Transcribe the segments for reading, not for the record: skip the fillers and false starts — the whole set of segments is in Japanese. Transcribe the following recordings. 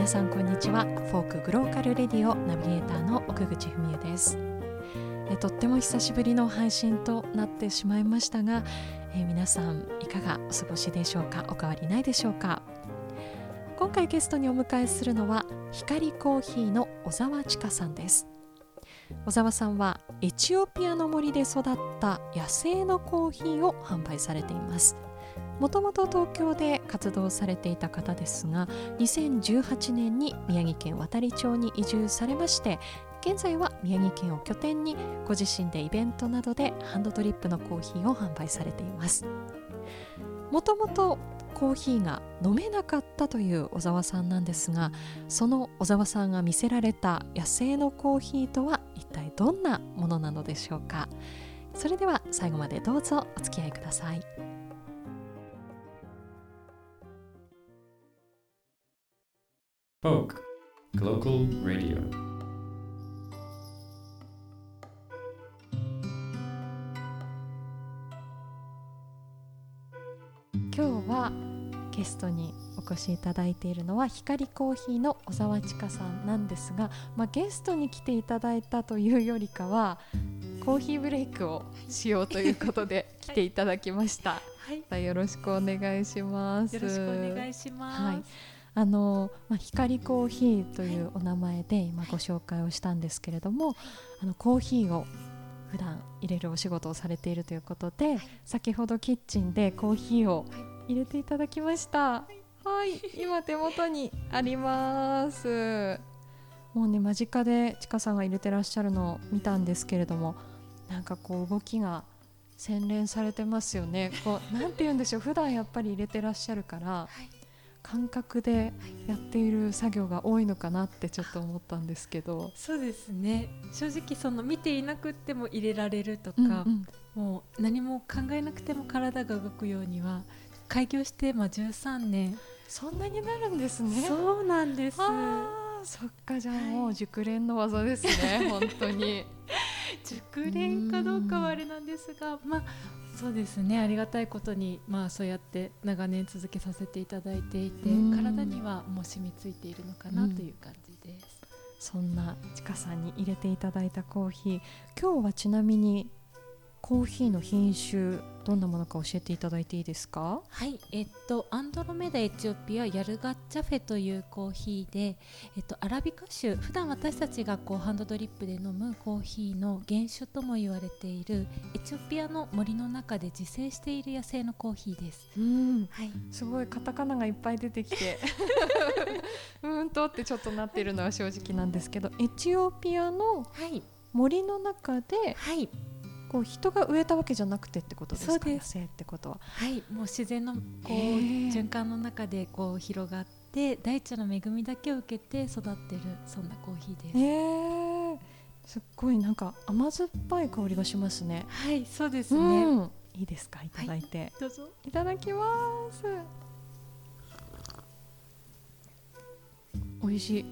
さんこんにちは。フォークグローカルレディオナビゲーターの奥口文也です。とっても久しぶりの配信となってしまいましたが、皆さんいかがお過ごしでしょうか。お変わりないでしょうか。今回ゲストにお迎えするのは光コーヒーの小澤千佳さんです。小澤さんはエチオピアの森で育った野生のコーヒーを販売されています。もともと東京で活動されていた方ですが、2018年に宮城県亘理町に移住されまして、現在は宮城県を拠点にご自身でイベントなどでハンドドリップのコーヒーを販売されています。もともとコーヒーが飲めなかったという小澤さんなんですが、その小澤さんが見せられた野生のコーヒーとは一体どんなものなのでしょうか。それでは最後までどうぞお付き合いください。 Folk Global Radio。 今日はゲストにお越しいただいているのは光コーヒーの小澤千佳さんなんですが、ゲストに来ていただいたというよりかはコーヒーブレイクをしようということで来ていただきました、はい、よろしくお願いします。 よろしくお願いします、 はい、光コーヒーというお名前で今ご紹介をしたんですけれども、コーヒーを普段入れるお仕事をされているということで、先ほどキッチンでコーヒーを入れていただきました。はい、今手元にあります。もうね、間近で千佳さんが入れてらっしゃるのを見たんですけれども、なんかこう動きが洗練されてますよね。こうなんて言うんでしょう、普段やっぱり入れてらっしゃるから、感覚でやっている作業が多いのかなってちょっと思ったんですけど。 そうですね、正直その見ていなくても入れられるとか、もう何も考えなくても体が動くようには開業して13年。 そんなになるんですね。 そうなんです。 そっか、じゃあもう熟練の技ですね、本当に熟練かどうかはあれなんですが、そうですね、ありがたいことに、そうやって長年続けさせていただいていて、体にはもう染みついているのかなという感じです。 そんな千佳さんに入れていただいたコーヒー、今日はちなみにコーヒーの品種どんなものか教えていただいていいですか。 はい、アンドロメダエチオピアヤルガッチャフェというコーヒーで、アラビカ種、普段私たちがハンドドリップで飲むコーヒーの原種とも言われているエチオピアの森の中で自生している野生のコーヒーです。 すごいカタカナがいっぱい出てきてとってちょっとなっているのは正直なんですけど、エチオピアの森の中で、こう人が植えたわけじゃなくてってことですか。 そうです。 野生ってことは、 もう自然の循環の中で広がって大地の恵みだけを受けて育ってる、そんなコーヒーです。 すっごいなんか甘酸っぱい香りがしますね。 はい、そうですね、 いいですか、いただいて、 どうぞ。 いただきます。美味しい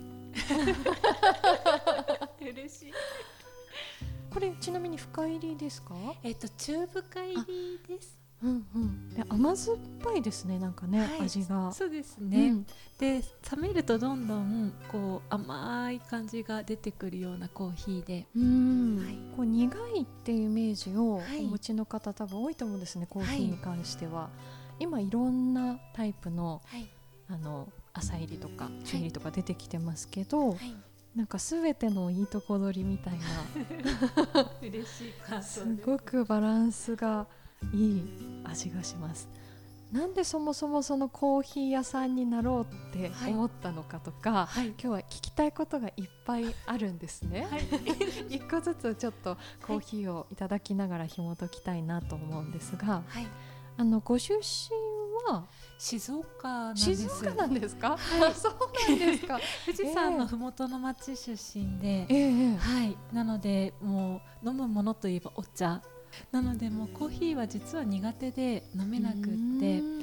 嬉しい。 これちなみに深入りですか。 中深入りです。 で甘酸っぱいですね、なんかね、味が。 そうですね、で冷めるとどんどん甘い感じが出てくるようなコーヒーで、 こう苦いっていうイメージをお持ちの方多分多いと思うんですね、コーヒーに関しては。今いろんなタイプの、浅入りとか中入りとか出てきてますけど、なんか全てのいいとこ取りみたいな嬉しい感想です。 すごくバランスがいい味がします。なんでそもそもそのコーヒー屋さんになろうって思ったのかとか、今日は聞きたいことがいっぱいあるんですね。一個ずつちょっとコーヒーをいただきながら紐解きたいなと思うんですが、ご出身は静岡なんです。 静岡なんですか。そうなんですか。 富士山のふもとの町出身で、なのでもう飲むものといえばお茶なので、もうコーヒーは実は苦手で飲めなくって、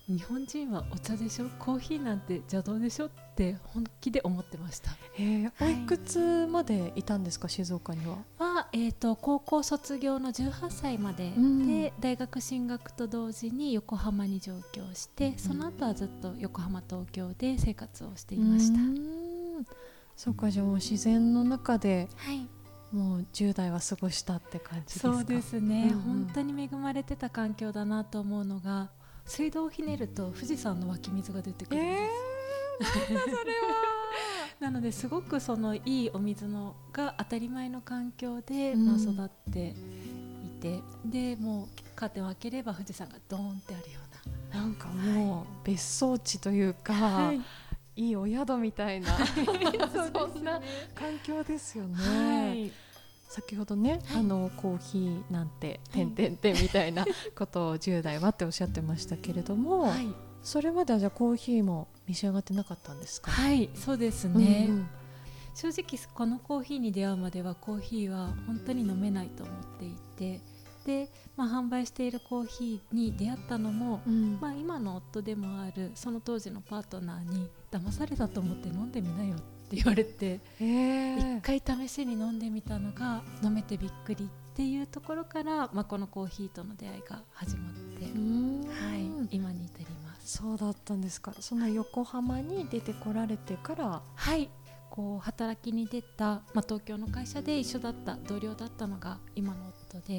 日本人はお茶でしょ、コーヒーなんて邪道でしょって本気で思ってました。 おいくつまでいたんですか、静岡には。 高校卒業の18歳まで、で大学進学と同時に横浜に上京して、その後はずっと横浜東京で生活をしていました。 そうか、じゃあもう自然の中で、 はい、 もう10代は過ごしたって感じですか。 そうですね、本当に恵まれてた環境だなと思うのが、水道をひねると富士山の湧き水が出てくるんです。 なんだそれはなのですごくそのいいお水のが当たり前の環境で、育っていて、でもうカーテンを開ければ富士山がドーンってあるような、 なんかもう別荘地というか、いいお宿みたいなそんな環境ですよね。先ほどね、コーヒーなんて点々点みたいなことを10代はっておっしゃってましたけれども、それまではじゃあコーヒーも召し上がってなかったんですか。 はい、そうですね、正直このコーヒーに出会うまではコーヒーは本当に飲めないと思っていて、で、販売しているコーヒーに出会ったのも、今の夫でもあるその当時のパートナーに騙されたと思って飲んでみなよって言われて、一回試しに飲んでみたのが飲めてびっくりっていうところから、このコーヒーとの出会いが始まって、今に至ります。 そうだったんですか。その横浜に出てこられてから、 こう働きに出た、東京の会社で一緒だった同僚だったのが今の夫で、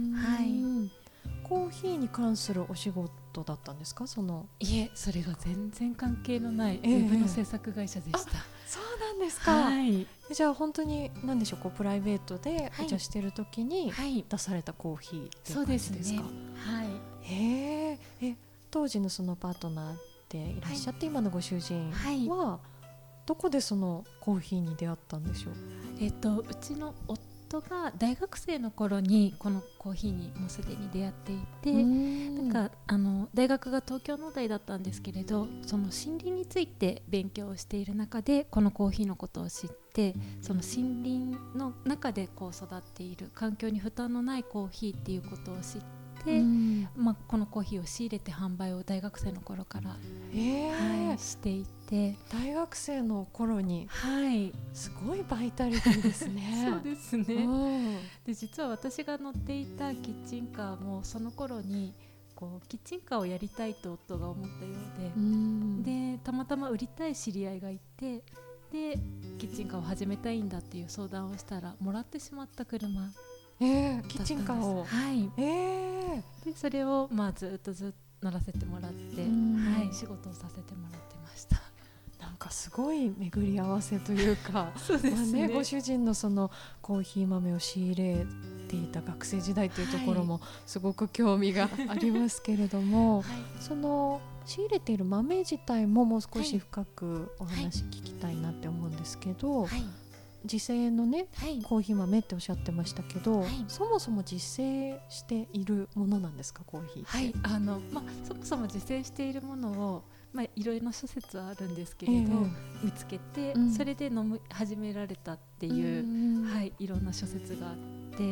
コーヒーに関するお仕事だったんですか。 いえ、それが全然関係のないウェブの制作会社でした。 そうなんですか。じゃあ本当に何でしょう、こうプライベートでお茶してる時に出されたコーヒーっていう感じですか。当時のそのパートナーでいらっしゃって、今のご主人はどこでそのコーヒーに出会ったんでしょう。 うちの夫が大学生の頃にこのコーヒーにもうすでに出会っていて、なんか大学が東京農大だったんですけれど、その森林について勉強をしている中でこのコーヒーのことを知って、その森林の中でこう育っている環境に負担のないコーヒーっていうことを知って、このコーヒーを仕入れて販売を大学生の頃から、していて、 大学生の頃に、すごいバイタリティですね。 そうですね。で、実は私が乗っていたキッチンカーもその頃にこうキッチンカーをやりたいと夫が思ったようで、でたまたま売りたい知り合いがいて、でキッチンカーを始めたいんだっていう相談をしたらもらってしまった車、 キッチンカーを、 でそれをずっと乗らせてもらって、仕事をさせてもらってました。 なんかすごい巡り合わせというかそうですね、 ご主人のそのコーヒー豆を仕入れていた学生時代というところもすごく興味がありますけれども、その仕入れている豆自体ももう少し深くお話聞きたいなって思うんですけど、自生のね、コーヒー豆っておっしゃってましたけど、そもそも自生しているものなんですか、コーヒーって。 そもそも自生しているものを、いろいろな諸説はあるんですけれど、見つけて、それで飲み始められたっていう、いろんな諸説があって、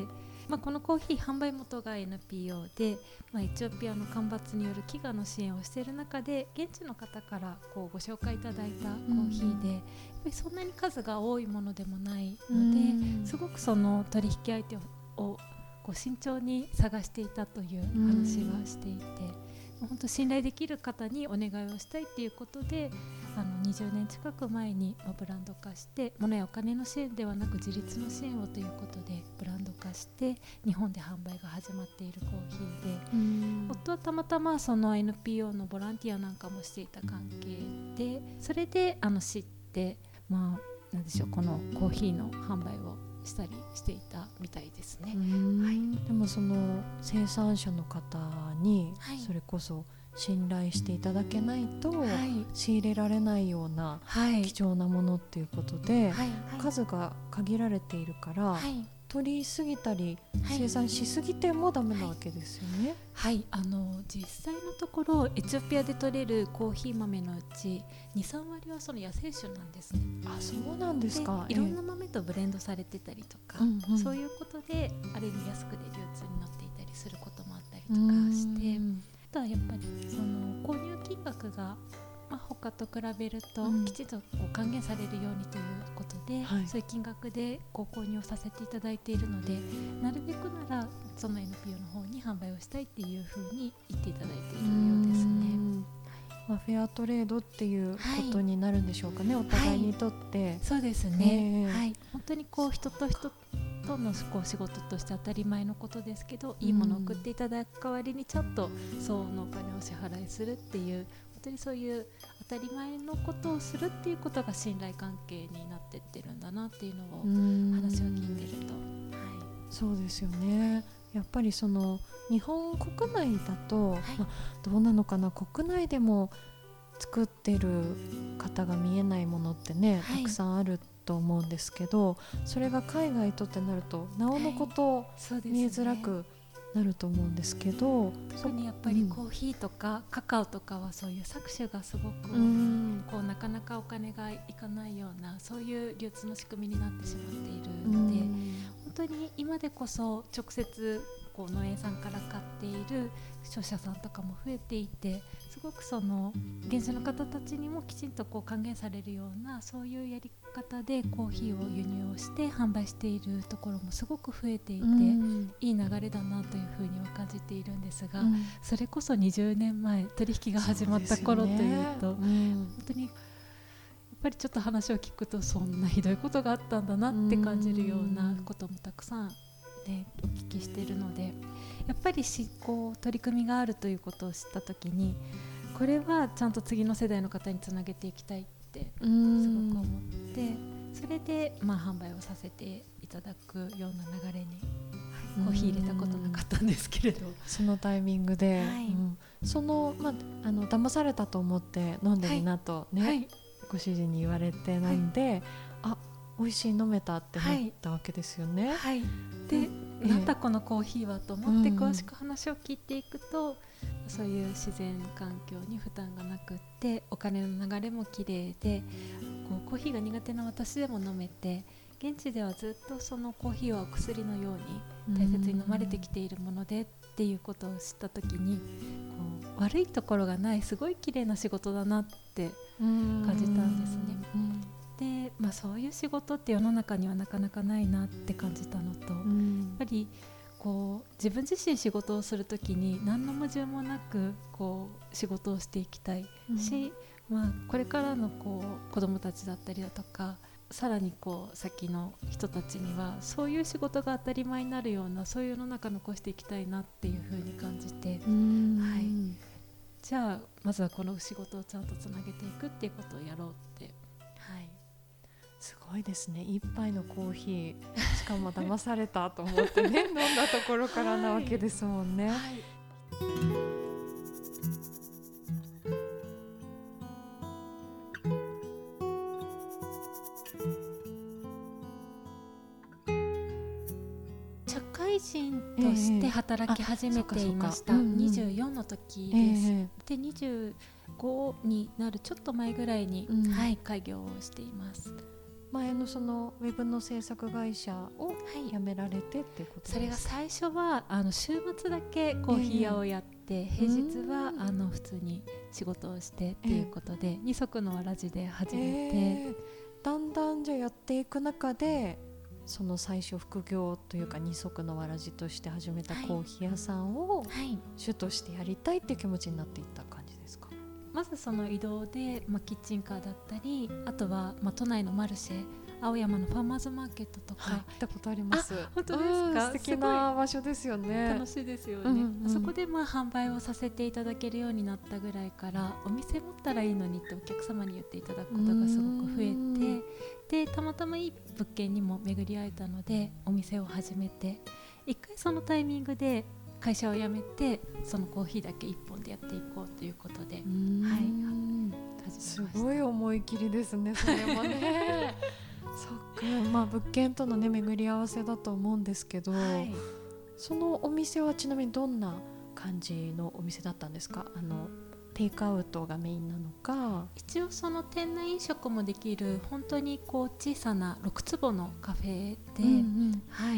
このコーヒー販売元が NPO で、エチオピアの干ばつによる飢餓の支援をしている中で現地の方からこうご紹介いただいたコーヒーで、やっぱりそんなに数が多いものでもないので、すごくその取引相手をこう慎重に探していたという話はしていて、本当信頼できる方にお願いをしたいということで、20年近く前にブランド化して、物やお金の支援ではなく自立の支援をということでブランド化して日本で販売が始まっているコーヒーで、夫はたまたまその NPO のボランティアなんかもしていた関係で、それで知って、なんでしょう、このコーヒーの販売をしたりしていたみたいですね。 でもその生産者の方にそれこそ信頼していただけないと仕入れられないような貴重なものっていうことで、数が限られているから、取りすぎたり生産しすぎてもダメなわけですよね。 実際のところエチオピアで取れるコーヒー豆のうち 2,3 割はその野生種なんですね。 そうなんですか。 いろんな豆とブレンドされてたりとか、そういうことである意味安くで流通に乗っていたりすることもあったりとかして、あとはやっぱりその購入が、他と比べるとうんきちんとこう還元されるようにということで、 はいそういう金額でご購入をさせていただいているので、なるべくならその NPO の方に販売をしたいっていうふうに言っていただいているようですね。 フェアトレードっていうことになるんでしょうかね、お互いにとって。 そうですね、 ええ本当にこう人と人とのこう仕事として当たり前のことですけど、いいものを送っていただく代わりにちょっと相応のお金を支払いするっていう、本当にそういう当たり前のことをするっていうことが信頼関係になってってるんだなっていうのを話を聞いてると、 そうですよね。やっぱりその日本国内だと、 いどうなのかな、国内でも作ってる方が見えないものってね、 はいたくさんあると思うんですけど、それが海外とってなるとなおのことそうですね、 見えづらくなると思うんですけど、 特にやっぱりコーヒーとかカカオとかはそういう搾取がすごく、 うんこうなかなかお金がいかないような、そういう流通の仕組みになってしまっているうので、 ん本当に今でこそ直接こう農園さんから買っている消費者さんとかも増えていて、すごくその現地の方たちにもきちんとこう還元されるような、そういうやり方でコーヒーを輸入をして販売しているところもすごく増えていて、いい流れだなというふうには感じているんですが、それこそ20年前取引が始まった頃というと、本当にやっぱりちょっと話を聞くと、そんなひどいことがあったんだなって感じるようなこともたくさん、ね、お聞きしているので、やっぱりこう取り組みがあるということを知った時に、これはちゃんと次の世代の方につなげていきたいってすごく思って、それで販売をさせていただくような流れに、コーヒー入れたことなかったんですけれど、 そのタイミングで、 はいその、騙されたと思って飲んでみなとね、 はいご主人に言われて飲んで、美味しい、飲めたってなったわけですよね。 はい、で、なんだこのコーヒーはと思って詳しく話を聞いていくと、そういう自然環境に負担がなくって、お金の流れもきれいで、こうコーヒーが苦手な私でも飲めて、現地ではずっとそのコーヒーはお薬のように大切に飲まれてきているものでっていうことを知った時に、こう悪いところがない、すごい綺麗な仕事だなって感じたんですね。で、そういう仕事って世の中にはなかなかないなって感じたのと、やっぱりこう自分自身仕事をするときに何の矛盾もなくこう仕事をしていきたいし、これからのこう子どもたちだったりだとか、さらにこう先の人たちにはそういう仕事が当たり前になるような、そういう世の中残していきたいなっていうふうに感じて、じゃあまずはこの仕事をちゃんとつなげていくっていうことをやろうって。 すごいですね。一杯のコーヒー、しかも騙されたと思ってね飲んだところからなわけですもんね。 社会人として働き始めていました。24の時です。で、25になるちょっと前ぐらいに、開業をしています。 前のそのウェブの制作会社を辞められてっていうことですか？ それが最初は週末だけコーヒー屋をやって、平日は普通に仕事をしてっていうことで、二足のわらじで始めて、 だんだんじゃあやっていく中で、その最初副業というか二足のわらじとして始めたコーヒー屋さんを主としてやりたいっていう気持ちになっていった感じですか？ まずその移動で、キッチンカーだったり、あとは、都内のマルシェ、青山のファーマーズマーケットとか、 行ったことあります。 本当ですか？ 素敵な場所ですよね。 楽しいですよね。そこで販売をさせていただけるようになったぐらいから、お店持ったらいいのにってお客様に言っていただくことがすごく増えて、でたまたまいい物件にも巡り会えたのでお店を始めて、一回そのタイミングで会社を辞めて、そのコーヒーだけ一本でやっていこうということで、始めました。 すごい思い切りですね、それもね。そっか、物件とのね巡り合わせだと思うんですけど、そのお店はちなみにどんな感じのお店だったんですか？テイクアウトがメインなのか。 一応その店内飲食もできる本当にこう小さな6坪のカフェで、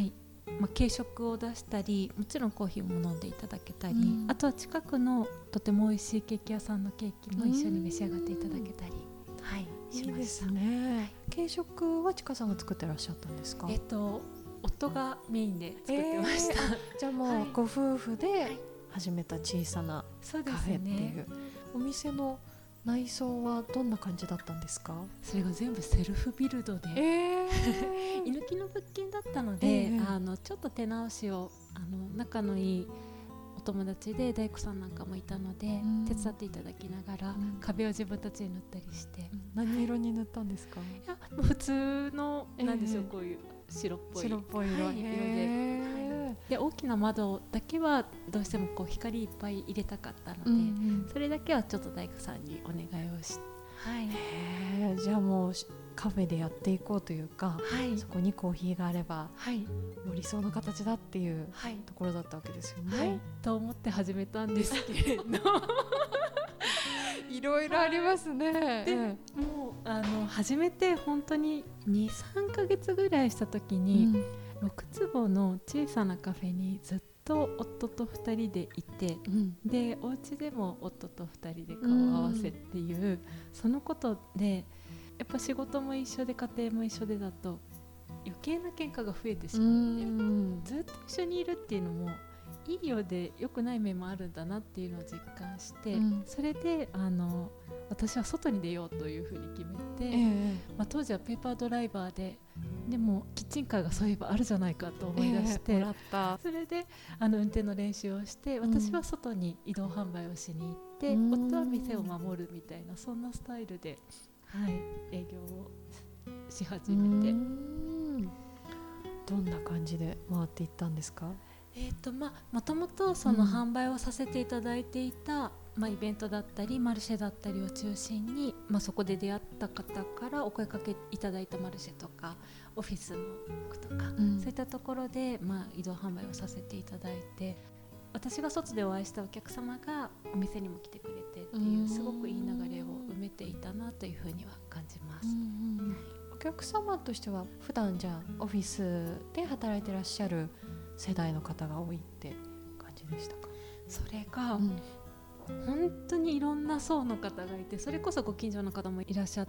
軽食を出したり、もちろんコーヒーも飲んでいただけたり、 うんあとは近くのとても美味しいケーキ屋さんのケーキも一緒に召し上がっていただけたり、はい、 いいですしました。 ね。軽食はちかさんが作ってらっしゃったんですか？ 夫がメインで作ってました。 じゃあもはいうご夫婦で始めた小さなそうでカフェっていすね。 う、お店の内装はどんな感じだったんですか？ それが全部セルフビルドで、居抜きの物件だったので、 ええちょっと手直しを仲のいいお友達で大工さんなんかもいたので、 ん手伝っていただきながら、 うん壁を自分たちで塗ったりして、 何色に塗ったんですか？ いやもう普通の、なんでしょう、 ええこういう白っぽい白っぽい色、 はい色で、 へで大きな窓だけはどうしてもこう光いっぱい入れたかったので、 うんそれだけはちょっと大工さんにお願いをして、はいへーじゃあもうカフェでやっていこうというか、 はいそこにコーヒーがあればはいもう理想の形だっていうはいところだったわけですよね、 はいと思って始めたんですけれどいろいろありますね、 でもう始めて本当に 2,3 ヶ月ぐらいした時に、6坪の小さなカフェにずっと夫と2人でいて、でお家でも夫と2人で顔を合わせっていう、そのことでやっぱ仕事も一緒で家庭も一緒でだと余計な喧嘩が増えてしまって、ずっと一緒にいるっていうのもいいようで良くない面もあるんだなっていうのを実感して、それで私は外に出ようというふうに決めて、当時はペーパードライバーでもキッチンカーがそういえばあるじゃないかと思い出して、 もらった。 それで運転の練習をして、私は外に移動販売をしに行って、夫は店を守るみたいな、そんなスタイルで、はい、営業をし始めて、 どんな感じで回っていったんですか？ もともとその販売をさせていただいていた、イベントだったりマルシェだったりを中心に、そこで出会った方からお声かけいただいたマルシェとかオフィスの服とか、そういったところで、移動販売をさせていただいて、私が外でお会いしたお客様がお店にも来てくれてっていう、すごくいい流れを埋めていたなというふうには感じます。 お客様としては普段じゃあオフィスで働いてらっしゃる世代の方が多いって感じでしたか？ それが、本当にいろんな層の方がいて、それこそご近所の方もいらっしゃって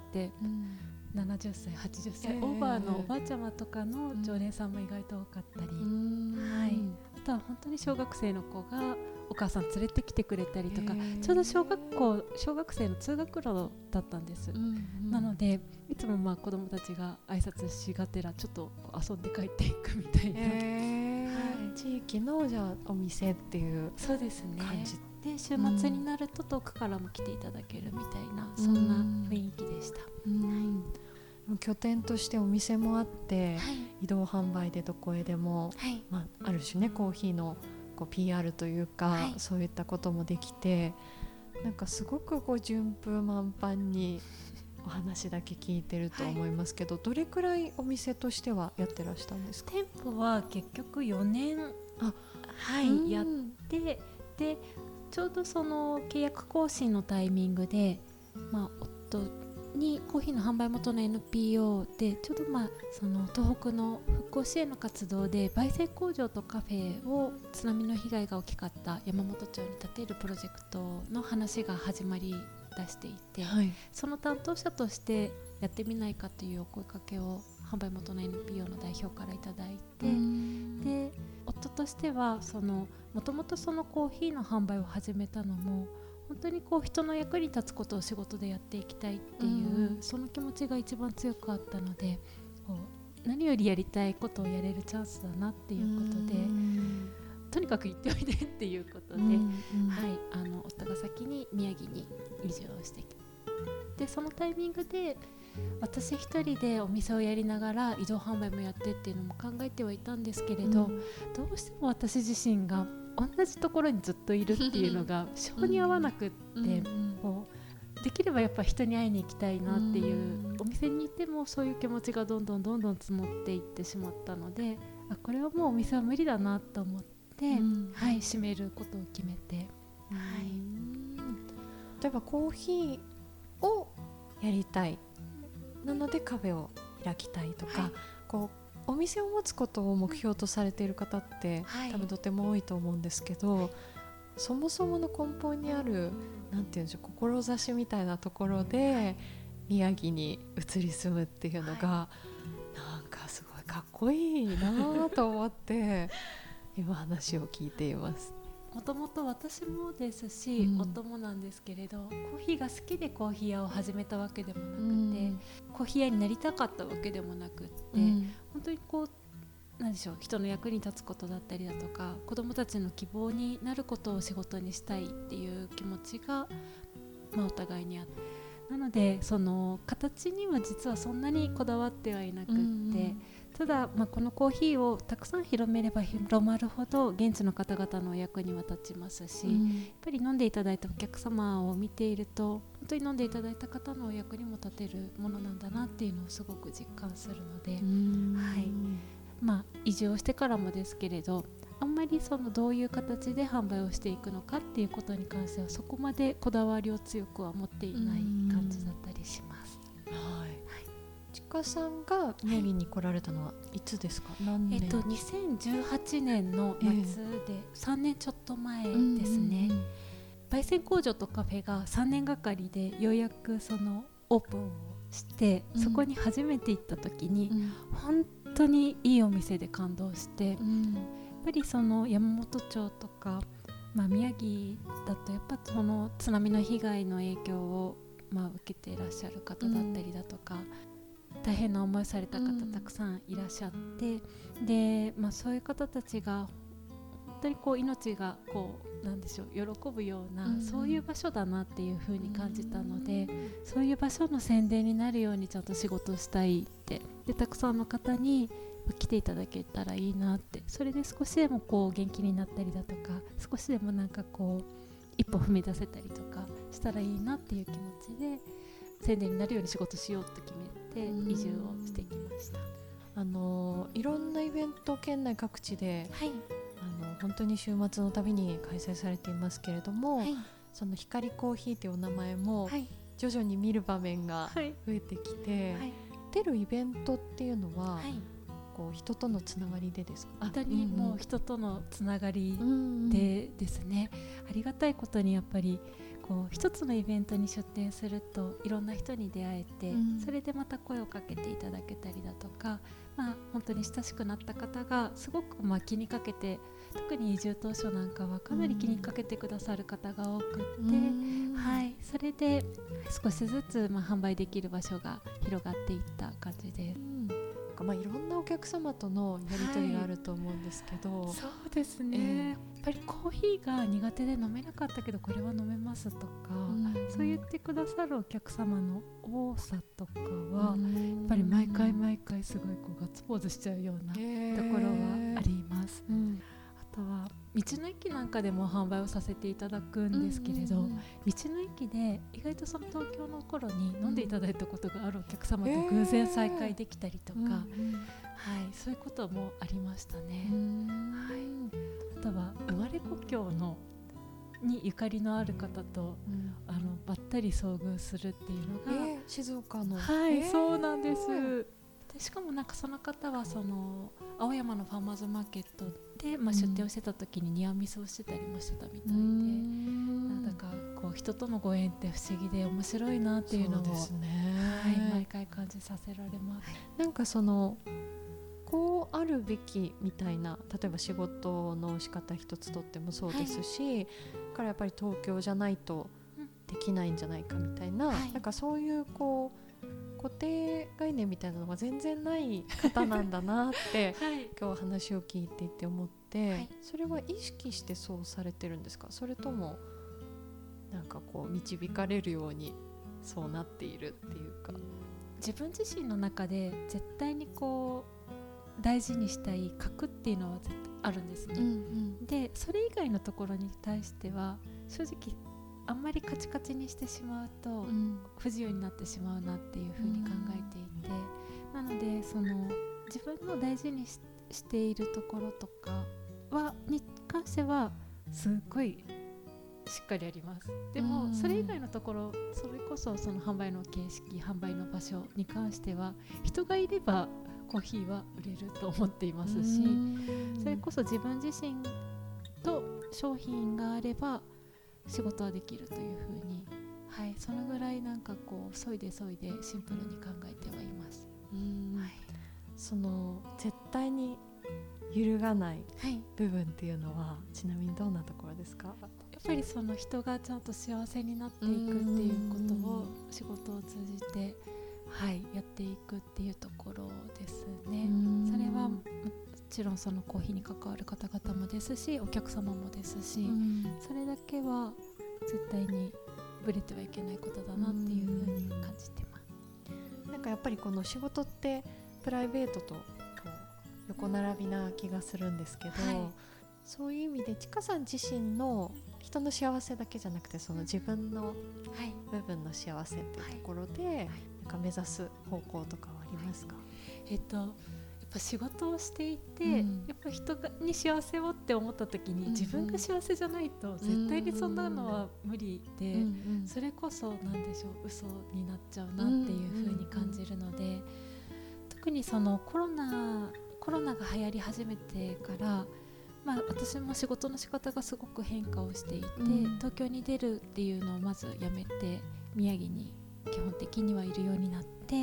、70歳80歳、オーバーのおばあちゃまとかの常連さんも意外と多かったり、あとは本当に小学生の子がお母さん連れてきてくれたりとか、ちょうど小学生の通学路だったんです、なのでいつも子どもたちが挨拶しがてらちょっと遊んで帰っていくみたいな、 地域のじゃあお店っていうそうですね感じで、週末になると遠くからも来ていただけるみたいな、そんな雰囲気でした。 拠点としてお店もあって、移動販売でどこへでも、ある種ねコーヒーのPR というか、そういったこともできて、なんかすごく順風満帆にお話だけ聞いてると思いますけど、どれくらいお店としてはやってらしたんですか？ 店舗は結局4年やって、でちょうどその契約更新のタイミングで、夫にコーヒーの販売元の NPO でちょうどその東北の復興支援の活動で焙煎工場とカフェを津波の被害が大きかった山本町に建てるプロジェクトの話が始まり出していて、その担当者としてやってみないかというお声かけを販売元の NPO の代表からいただいて、で夫としてはもともとそのコーヒーの販売を始めたのも本当に人の役に立つことを仕事でやっていきたいっていう、その気持ちが一番強くあったので、何よりやりたいことをやれるチャンスだなっていうことで、とにかく行っておいでっていうことで、夫が先に宮城に移住をしてきて、でそのタイミングで私一人でお店をやりながら移動販売もやってっていうのも考えてはいたんですけれど、どうしても私自身が同じところにずっといるっていうのが性に合わなくって、できればやっぱ人に会いに行きたいなっていう、お店にいてもそういう気持ちがどんどん積もっていってしまったので、これはもうお店は無理だなと思って、閉めることを決めて、 例えばコーヒーをやりたい、なのでカフェを開きたいとか、 お店を持つことを目標とされている方って、多分とても多いと思うんですけど、そもそもの根本にあるなんていうんでしょう、志みたいなところで宮城に移り住むっていうのが、なんかすごいかっこいいなと思って今話を聞いています。 もともと私もですし、夫もなんですけれど、コーヒーが好きでコーヒー屋を始めたわけでもなくて、コーヒー屋になりたかったわけでもなくって、本当にこうなんでしょう、人の役に立つことだったりだとか、子どもたちの希望になることを仕事にしたいっていう気持ちが、お互いにあって、なのでその形には実はそんなにこだわってはいなくって、ただ、このコーヒーをたくさん広めれば広まるほど現地の方々のお役には立ちますし、やっぱり飲んでいただいたお客様を見ていると、本当に飲んでいただいた方のお役にも立てるものなんだなっていうのをすごく実感するので、移住をしてからもですけれど、あんまりそのどういう形で販売をしていくのかっていうことに関してはそこまでこだわりを強くは持っていない感じだったりします。 ちかさんが宮城に来られたのはいつですか？何年 ？2018年の夏で3年ちょっと前ですね。焙煎工場とカフェが3年がかりでようやくそのオープンをして、そこに初めて行った時に、本当にいいお店で感動して、やっぱりその山本町とか、宮城だとやっぱその津波の被害の影響を受けていらっしゃる方だったりだとか、大変な思いされた方たくさんいらっしゃって、で、そういう方たちが本当にこう命がこうなんでしょう、喜ぶような、そういう場所だなっていう風に感じたので、そういう場所の宣伝になるようにちゃんと仕事をしたいって、でたくさんの方に来ていただけたらいいなって、それで少しでもこう元気になったりだとか、少しでもなんかこう一歩踏み出せたりとかしたらいいなっていう気持ちで宣伝になるように仕事しようと決めて移住をしてきました。 いろんなイベント県内各地で、本当に週末のたびに開催されていますけれども、その光コーヒーというお名前も徐々に見る場面が増えてきて、出るイベントっていうのは、こう人とのつながりでですか？ 本当にもう人とのつながりでですね、ありがたいことにやっぱりこう一つのイベントに出店するといろんな人に出会えて、それでまた声をかけていただけたりだとか、本当に親しくなった方がすごく気にかけて、特に移住当初なんかはかなり気にかけてくださる方が多くって、それで少しずつ販売できる場所が広がっていった感じです。 いろんなお客様とのやり取りがあると思うんですけど、 そうですね、やっぱりコーヒーが苦手で飲めなかったけどこれは飲めますとか、そう言ってくださるお客様の多さとかは、やっぱり毎回毎回すごいこうガッツポーズしちゃうようなところはあります。あとは道の駅なんかでも販売をさせていただくんですけれど、道の駅で意外とその東京の頃に飲んでいただいたことがあるお客様と偶然再会できたりとか、そういうこともありましたね。あとは生まれ故郷にゆかりのある方と、ばったり遭遇するっていうのが、 静岡の、 そうなんです。でしかもなんかその方はその青山のファーマーズマーケットで、出店をしてた時にニアミスをしてたりもしてたみたいで、なんかこう人とのご縁って不思議で面白いなっていうのを毎回感じさせられます。 なんかそのこうあるべきみたいな、例えば仕事の仕方一つとってもそうですし、からやっぱり東京じゃないとできないんじゃないかみたいな、なんかそういうこう固定概念みたいなのが全然ない方なんだなって、今日話を聞いていて思って、それは意識してそうされてるんですか？それともなんかこう導かれるようにそうなっているっていうか。 自分自身の中で絶対にこう大事にしたい核っていうのは絶対あるんですね。でそれ以外のところに対しては正直あんまりカチカチにしてしまうと不自由になってしまうなっていうふうに考えていて、なのでその自分の大事に しているところとかに関してはすっごいしっかりあります。でもそれ以外のところ、それこそその販売の形式、販売の場所に関しては人がいればコーヒーは売れると思っていますし、それこそ自分自身と商品があれば仕事はできるというふうに、はい、そのぐらいなんかこうそいでシンプルに考えてはいます。はい、 その絶対に揺るがない部分っていうのは、ちなみにどんなところですか？ やっぱりその人がちゃんと幸せになっていくっていうことを仕事を通じて、はい、やっていくっていうところですね。それはもちろんそのコーヒーに関わる方々もですし、お客様もですし、それだけは絶対にぶれてはいけないことだなっていうふうに感じてます。 なんかやっぱりこの仕事ってプライベートとこう横並びな気がするんですけど、そういう意味でちかさん自身の人の幸せだけじゃなくて、その自分の部分の幸せっていうところで、なんか目指す方向とかはありますか？ やっぱ仕事をしていて、やっぱ人に幸せをって思った時に、自分が幸せじゃないと絶対にそんなのは無理で、それこそなんでしょう、嘘になっちゃうなっていう風に感じるので、特にそのコロナが流行り始めてから、私も仕事の仕方がすごく変化をしていて、東京に出るっていうのをまずやめて宮城に基本的にはいるようになって、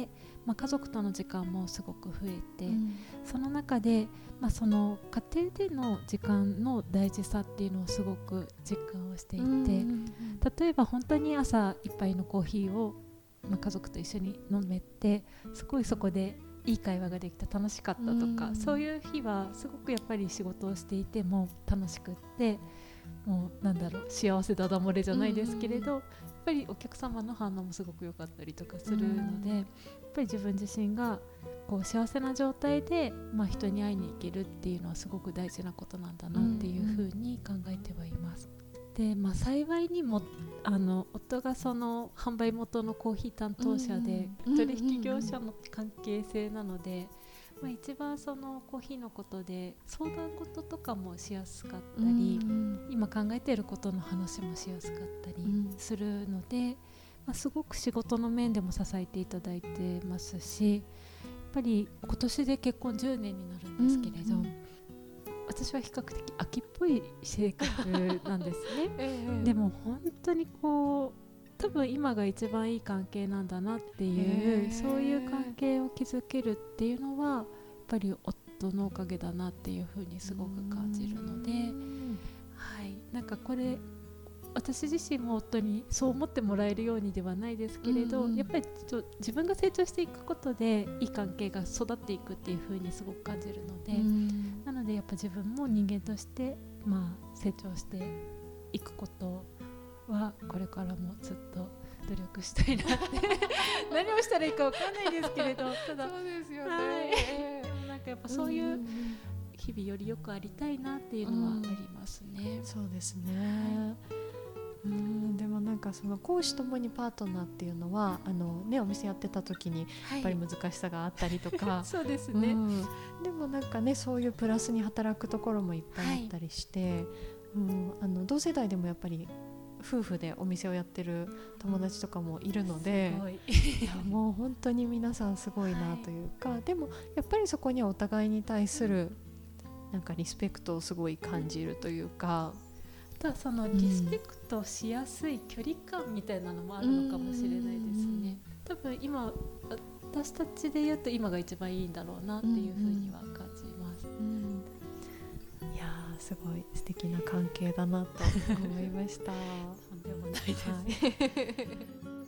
家族との時間もすごく増えて、その中で、その家庭での時間の大事さっていうのをすごく実感をしていて、例えば本当に朝一杯のコーヒーを、家族と一緒に飲めて、すごいそこでいい会話ができた、楽しかったとか、そういう日はすごくやっぱり仕事をしていても楽しくって、もうなんだろう、幸せだだ漏れじゃないですけれど、やっぱりお客様の反応もすごく良かったりとかするので、やっぱり自分自身がこう幸せな状態で、人に会いに行けるっていうのはすごく大事なことなんだなっていうふうに考えてはいます。で、幸いにも夫がその販売元のコーヒー担当者で、取引業者の関係性なので、一番そのコーヒーのことで相談事とかもしやすかったり、今考えていることの話もしやすかったりするので、すごく仕事の面でも支えていただいてますし、やっぱり今年で結婚10年になるんですけれど、私は比較的秋っぽい性格なんですね。でも本当にこう多分今が一番いい関係なんだなっていう、そういう関係を築けるっていうのはやっぱり夫のおかげだなっていうふうにすごく感じるので、はい、なんかこれ私自身も夫にそう思ってもらえるようにではないですけれど、やっぱり自分が成長していくことでいい関係が育っていくっていうふうにすごく感じるので、なのでやっぱ自分も人間として成長していくことはこれからもずっと努力したいなって何をしたらいいか分かんないですけれど、ただそうですよね、なんかやっぱそういう日々よりよくありたいなっていうのはありますね。 そうですね。でもなんかその公私ともにパートナーっていうのはお店やってた時にやっぱり難しさがあったりとか、 そうですね、 でもなんかね、そういうプラスに働くところもいっぱいあったりして、同世代でもやっぱり夫婦でお店をやってる友達とかもいるので、いやもう本当に皆さんすごいなというか、でもやっぱりそこにはお互いに対するなんかリスペクトをすごい感じるというか、 そのリスペクトしやすい距離感みたいなのもあるのかもしれないですね。多分今私たちで言うと今が一番いいんだろうなっていうふうには感じます。 いやー、すごい素敵な関係だなと思いましたとんでもないです、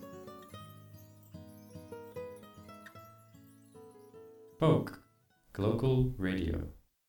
Folk Global Radio。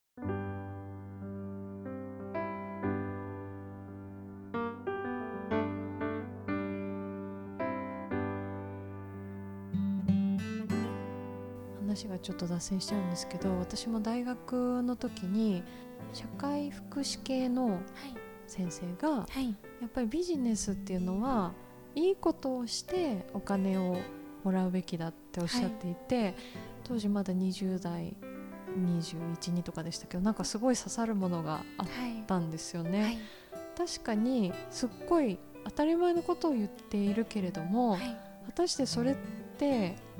話がちょっと脱線しちゃうんですけど、私も大学の時に社会福祉系の先生が、やっぱりビジネスっていうのはいいことをしてお金をもらうべきだっておっしゃっていて、当時まだ20代21、2とかでしたけど、なんかすごい刺さるものがあったんですよね。確かにすっごい当たり前のことを言っているけれども、果たしてそれって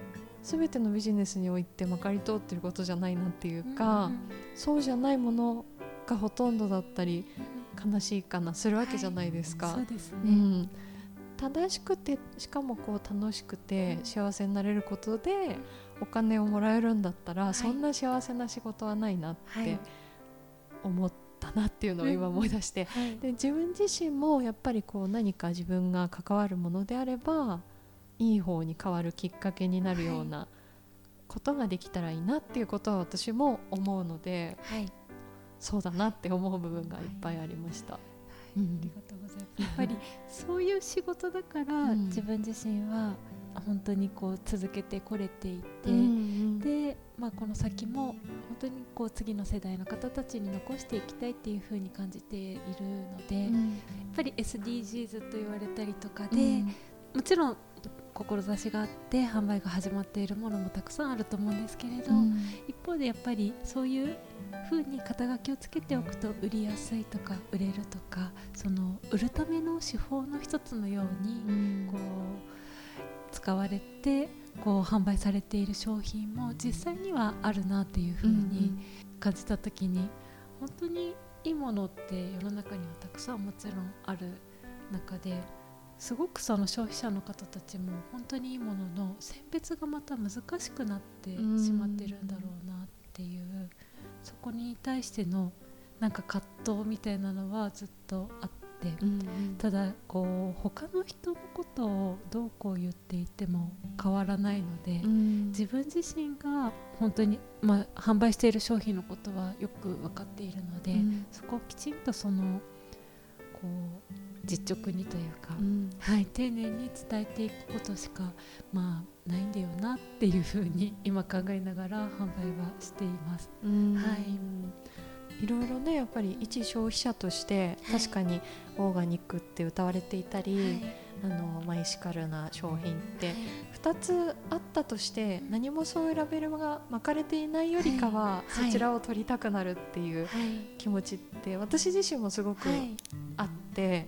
全てのビジネスにおいてまかり通ってることじゃないなっていうか、そうじゃないものがほとんどだったり、悲しいかなするわけじゃないですか。 そうですね、 正しくてしかもこう楽しくて幸せになれることでお金をもらえるんだったら、そんな幸せな仕事はないなって思ったなっていうのを今思い出して、で自分自身もやっぱりこう何か自分が関わるものであればいい方に変わるきっかけになるようなことができたらいいなっていうことは私も思うので、そうだなって思う部分がいっぱいありました。 ありがとうございます。やっぱりそういう仕事だから、自分自身は本当にこう続けてこれていて、で、この先も本当にこう次の世代の方たちに残していきたいっていう風に感じているので、やっぱり SDGs と言われたりとかで、もちろん志があって販売が始まっているものもたくさんあると思うんですけれど、一方でやっぱりそういう風に肩書きをつけておくと売りやすいとか売れるとか、その売るための手法の一つのようにこう使われてこう販売されている商品も実際にはあるなっていう風に感じた時に、本当にいいものって世の中にはたくさんもちろんある中で、すごくその消費者の方たちも本当にいいものの選別がまた難しくなってしまってるんだろうなっていう、そこに対してのなんか葛藤みたいなのはずっとあって、ただこう他の人のことをどうこう言っていても変わらないので、自分自身が本当に、販売している商品のことはよく分かっているので、そこをきちんとそのこう実直にというか、丁寧に伝えていくことしかないんだよなっていうふうに今考えながら販売はしています。 いろいろね、やっぱり一消費者として確かにオーガニックって歌われていたり、エシカルな商品って2つあったとして、何もそういうラベルが巻かれていないよりかは、そちらを取りたくなるっていう気持ちって私自身もすごくあって、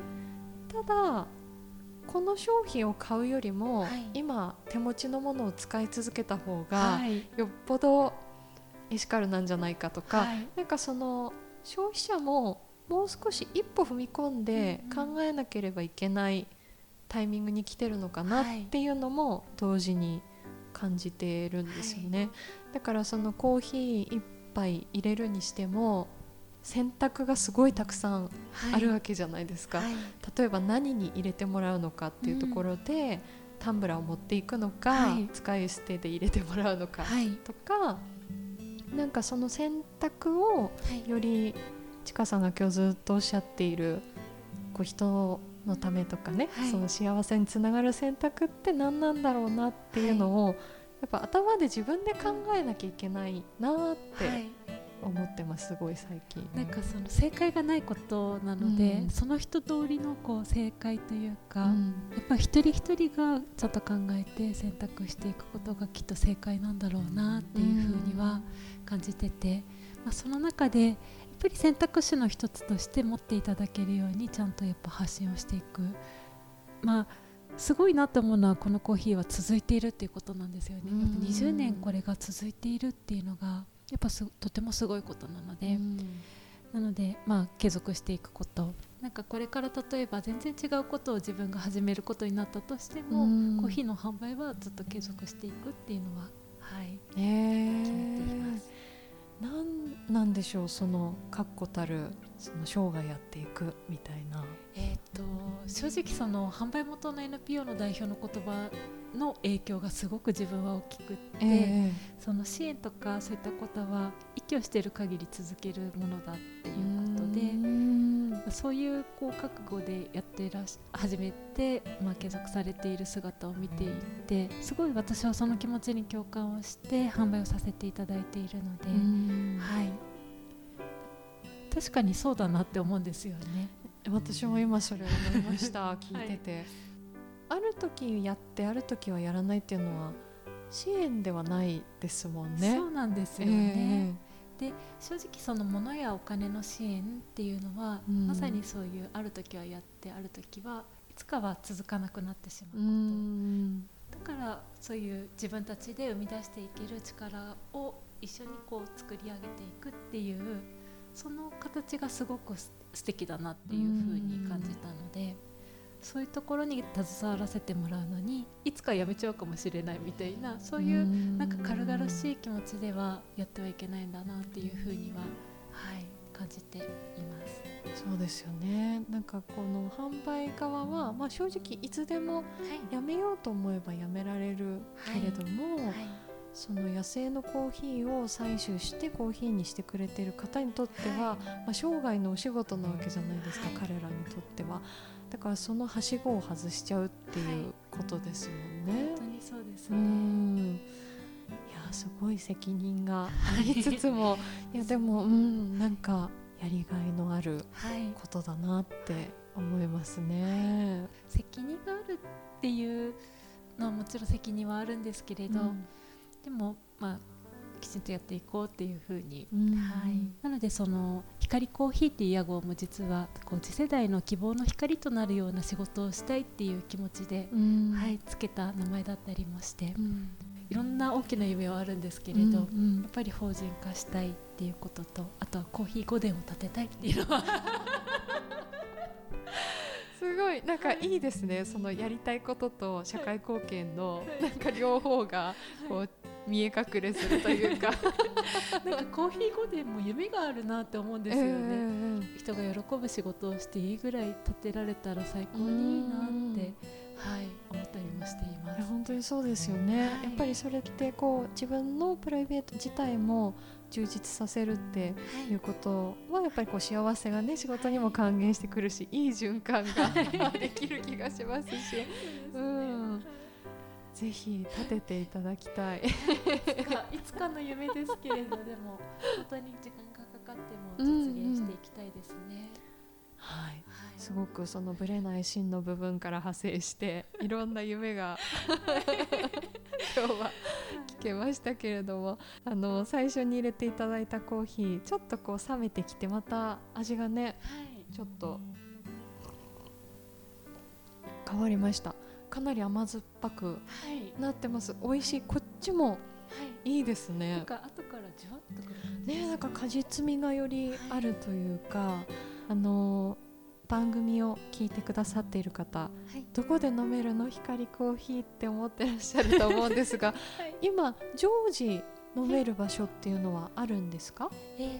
ただこの商品を買うよりも、今手持ちのものを使い続けた方がよっぽどエシカルなんじゃないかとか、なんかその消費者ももう少し一歩踏み込んで考えなければいけないタイミングに来てるのかなっていうのも同時に感じてるんですよね。だからそのコーヒー一杯入れるにしても選択がすごいたくさんあるわけじゃないですか。例えば何に入れてもらうのかっていうところで、タンブラーを持っていくのか、使い捨てで入れてもらうのかとか、なんかその選択をよりちかさんが今日ずっとおっしゃっているこう人のためとかね、その幸せにつながる選択って何なんだろうなっていうのを、やっぱ頭で自分で考えなきゃいけないなって思ってます。すごい最近なんかその正解がないことなので、その人通りのこう正解というか、やっぱり一人一人がちょっと考えて選択していくことがきっと正解なんだろうなっていうふうには感じてて、その中でやっぱり選択肢の一つとして持っていただけるようにちゃんとやっぱ発信をしていく。すごいなと思うのは、このコーヒーは続いているっていうことなんですよね。やっぱ20年これが続いているっていうのがやっぱとてもすごいことなので、継続していくこと、なんかこれから例えば全然違うことを自分が始めることになったとしても、コーヒーの販売はずっと継続していくっていうのは、決めています。 なんでしょう、その確固たるその生涯やっていくみたいな。 正直その販売元の NPO の代表の言葉の影響がすごく自分は大きくって、その支援とかそういったことは息をしている限り続けるものだっていうことで、そういうこう覚悟でやって始めて、継続されている姿を見ていて、すごい私はその気持ちに共感をして販売をさせていただいているので、確かにそうだなって思うんですよね。 私も今それ思いました聞いてて、ある時やってある時はやらないっていうのは支援ではないですもんね。 そうなんですよね。で、正直その物やお金の支援っていうのは、まさにそういうある時はやってある時はいつかは続かなくなってしまうことだからそういう自分たちで生み出していける力を一緒にこう作り上げていくっていうその形がすごく素敵だなっていうふうに感じたので、そういうところに携わらせてもらうのにいつか辞めちゃうかもしれないみたいな、そういうなんか軽々しい気持ちではやってはいけないんだなっていうふうには、はい、感じています。 そうですよね。なんかこの販売側は、正直いつでもやめようと思えばやめられるけれども、 はいはい、 その野生のコーヒーを採取してコーヒーにしてくれている方にとっては、生涯のお仕事なわけじゃないですか、 はい、 彼らにとっては。だからそのはしごを外しちゃうっていうことですもんね。 本当にそうですね。 いやすごい責任がありつつもいやでもなんかやりがいのあることだなって思いますね。 責任があるっていうのはもちろん責任はあるんですけれど、でもきちんとやっていこうっていうふうに、はい、なのでその光コーヒーっていう屋号も実はこう次世代の希望の光となるような仕事をしたいっていう気持ちで、はい、つけた名前だったりもして、いろんな大きな夢はあるんですけれど、やっぱり法人化したいっていうことと、あとはコーヒー御殿を建てたいっていうのはすごいなんかいいですね、そのやりたいことと社会貢献のなんか両方がこう見え隠れするというかなんかコーヒー御殿も夢があるなって思うんですよね、人が喜ぶ仕事をしていいぐらい建てられたら最高にいいなって、はい、思ったりもしています。 本当にそうですよね、やっぱりそれってこう自分のプライベート自体も充実させるっていうことはやっぱりこう幸せがね仕事にも還元してくるし、いい循環ができる気がしますし、ぜひ立てていただきたいいつかの夢ですけれど、でも本当に時間がかかっても実現していきたいですね。 はい、すごくそのぶれない芯の部分から派生していろんな夢が今日は聞けましたけれども、最初に入れていただいたコーヒーちょっとこう冷めてきてまた味がね、ちょっと変わりました。かなり甘酸っぱくなってます、美味しい。こっちもいいですね、 なんか後からじゅわっとくる感じね、なんか果実味がよりあるというか、番組を聞いてくださっている方、どこで飲めるの光コーヒーって思ってらっしゃると思うんですが、今常時飲める場所っていうのはあるんですか？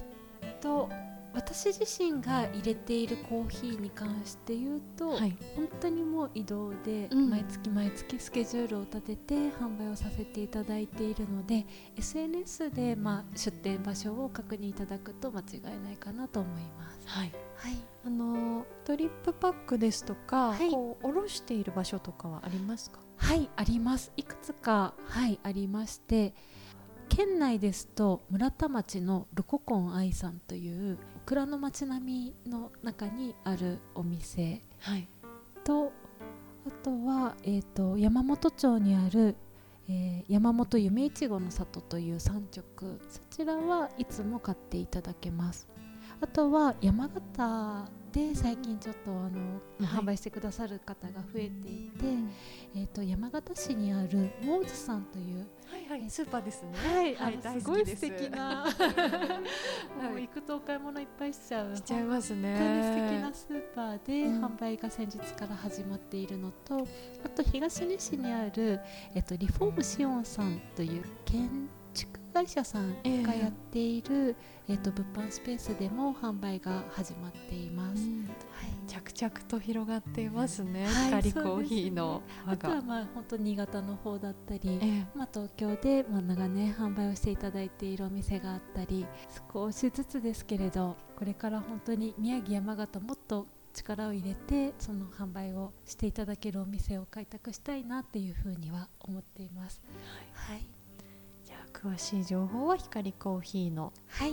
私自身が入れているコーヒーに関して言うと、本当にもう移動で毎月毎月スケジュールを立てて販売をさせていただいているので、 SNS で出店場所を確認いただくと間違いないかなと思います。 ドリップパックですとか、こう卸している場所とかはありますか？ はい、あります。いくつか、ありまして、県内ですと村田町のルココン愛さんという蔵の町並みの中にあるお店と、あとは、山本町にある、山本夢いちごの里という産直、そちらはいつも買っていただけます。あとは山形で最近ちょっと販売してくださる方が増えていて、山形市にあるモーズさんという、 スーパーですね。 すごい素敵なもう行くとお買い物いっぱいしちゃいますね。本当に素敵なスーパーで販売が先日から始まっているのと、あと東根市にある、リフォームシオンさんという建築会社さんがやっている、物販スペースでも販売が始まっています。 着々と広がっていますね、光コーヒーの輪が。 あとは本当に新潟の方だったり、東京で長年販売をしていただいているお店があったり、少しずつですけれどこれから本当に宮城山形もっと力を入れてその販売をしていただけるお店を開拓したいなっていうふうには思っています。 じゃあ詳しい情報は光コーヒーの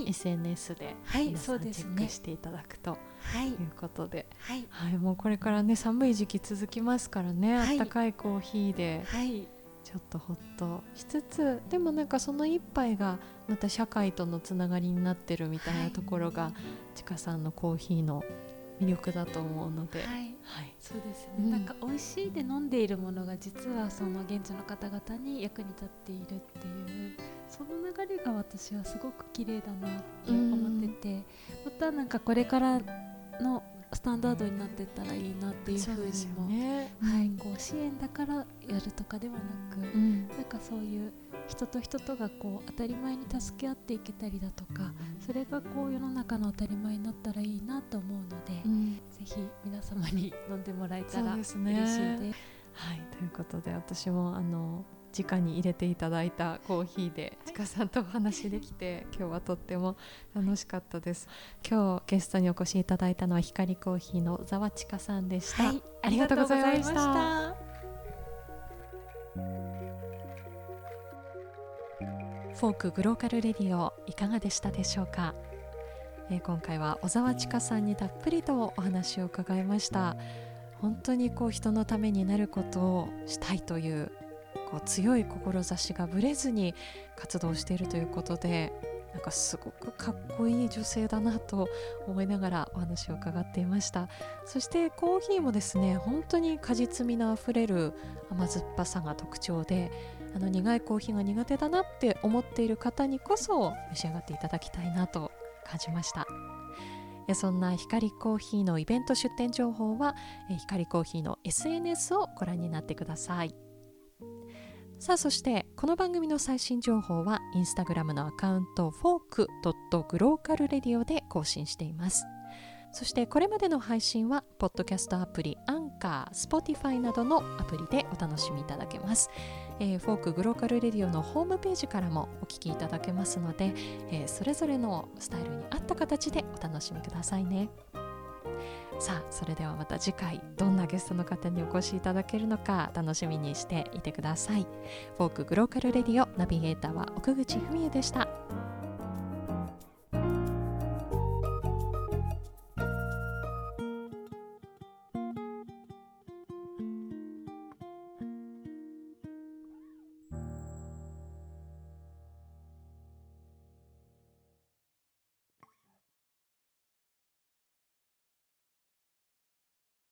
SNS で皆さんチェックしていただくということで、もうこれからね寒い時期続きますからね、あったかいコーヒーでちょっとほっとしつつ、でもなんかその一杯がまた社会とのつながりになってるみたいなところがちかさんのコーヒーの魅力だと思うので、 はい、 はい、 そうですね、なんか美味しいで飲んでいるものが実はその現地の方々に役に立っているっていうその流れが私はすごく綺麗だなって思ってて、またなんかこれからのスタンダードになっていったらいいなっていうふうにも、 ね、 はい、こう支援だからやるとかではなく、なんかそういう人と人とがこう当たり前に助け合っていけたりだとか、それがこう世の中の当たり前になったらいいなと思うので、ぜひ皆様に飲んでもらえたら嬉しいです。はい、 ということで私も直に入れていただいたコーヒーでちかさんとお話できて今日はとっても楽しかったです。今日ゲストにお越しいただいたのは光コーヒーの小沢ちかさんでした。はい、ありがとうございました。フォークグローカルレディオいかがでしたでしょうか。今回は小沢ちかさんにたっぷりとお話を伺いました。本当にこう人のためになることをしたいという強い志がぶれずに活動しているということで、なんかすごくかっこいい女性だなと思いながらお話を伺っていました。そしてコーヒーもですね、本当に果実味のあふれる甘酸っぱさが特徴で、苦いコーヒーが苦手だなって思っている方にこそ召し上がっていただきたいなと感じました。そんな光コーヒーのイベント出店情報は光コーヒーの SNS をご覧になってください。さあ、そしてこの番組の最新情報はインスタグラムのアカウント fork.glocalradio で更新しています。そしてこれまでの配信はポッドキャストアプリアンカー、Spotify などのアプリでお楽しみいただけます。フォークグローカルレディオのホームページからもお聞きいただけますので、それぞれのスタイルに合った形でお楽しみくださいね。さあ、それではまた次回どんなゲストの方にお越しいただけるのか楽しみにしていてください。フォークグローカルレディオナビゲーターは奥口文恵でした。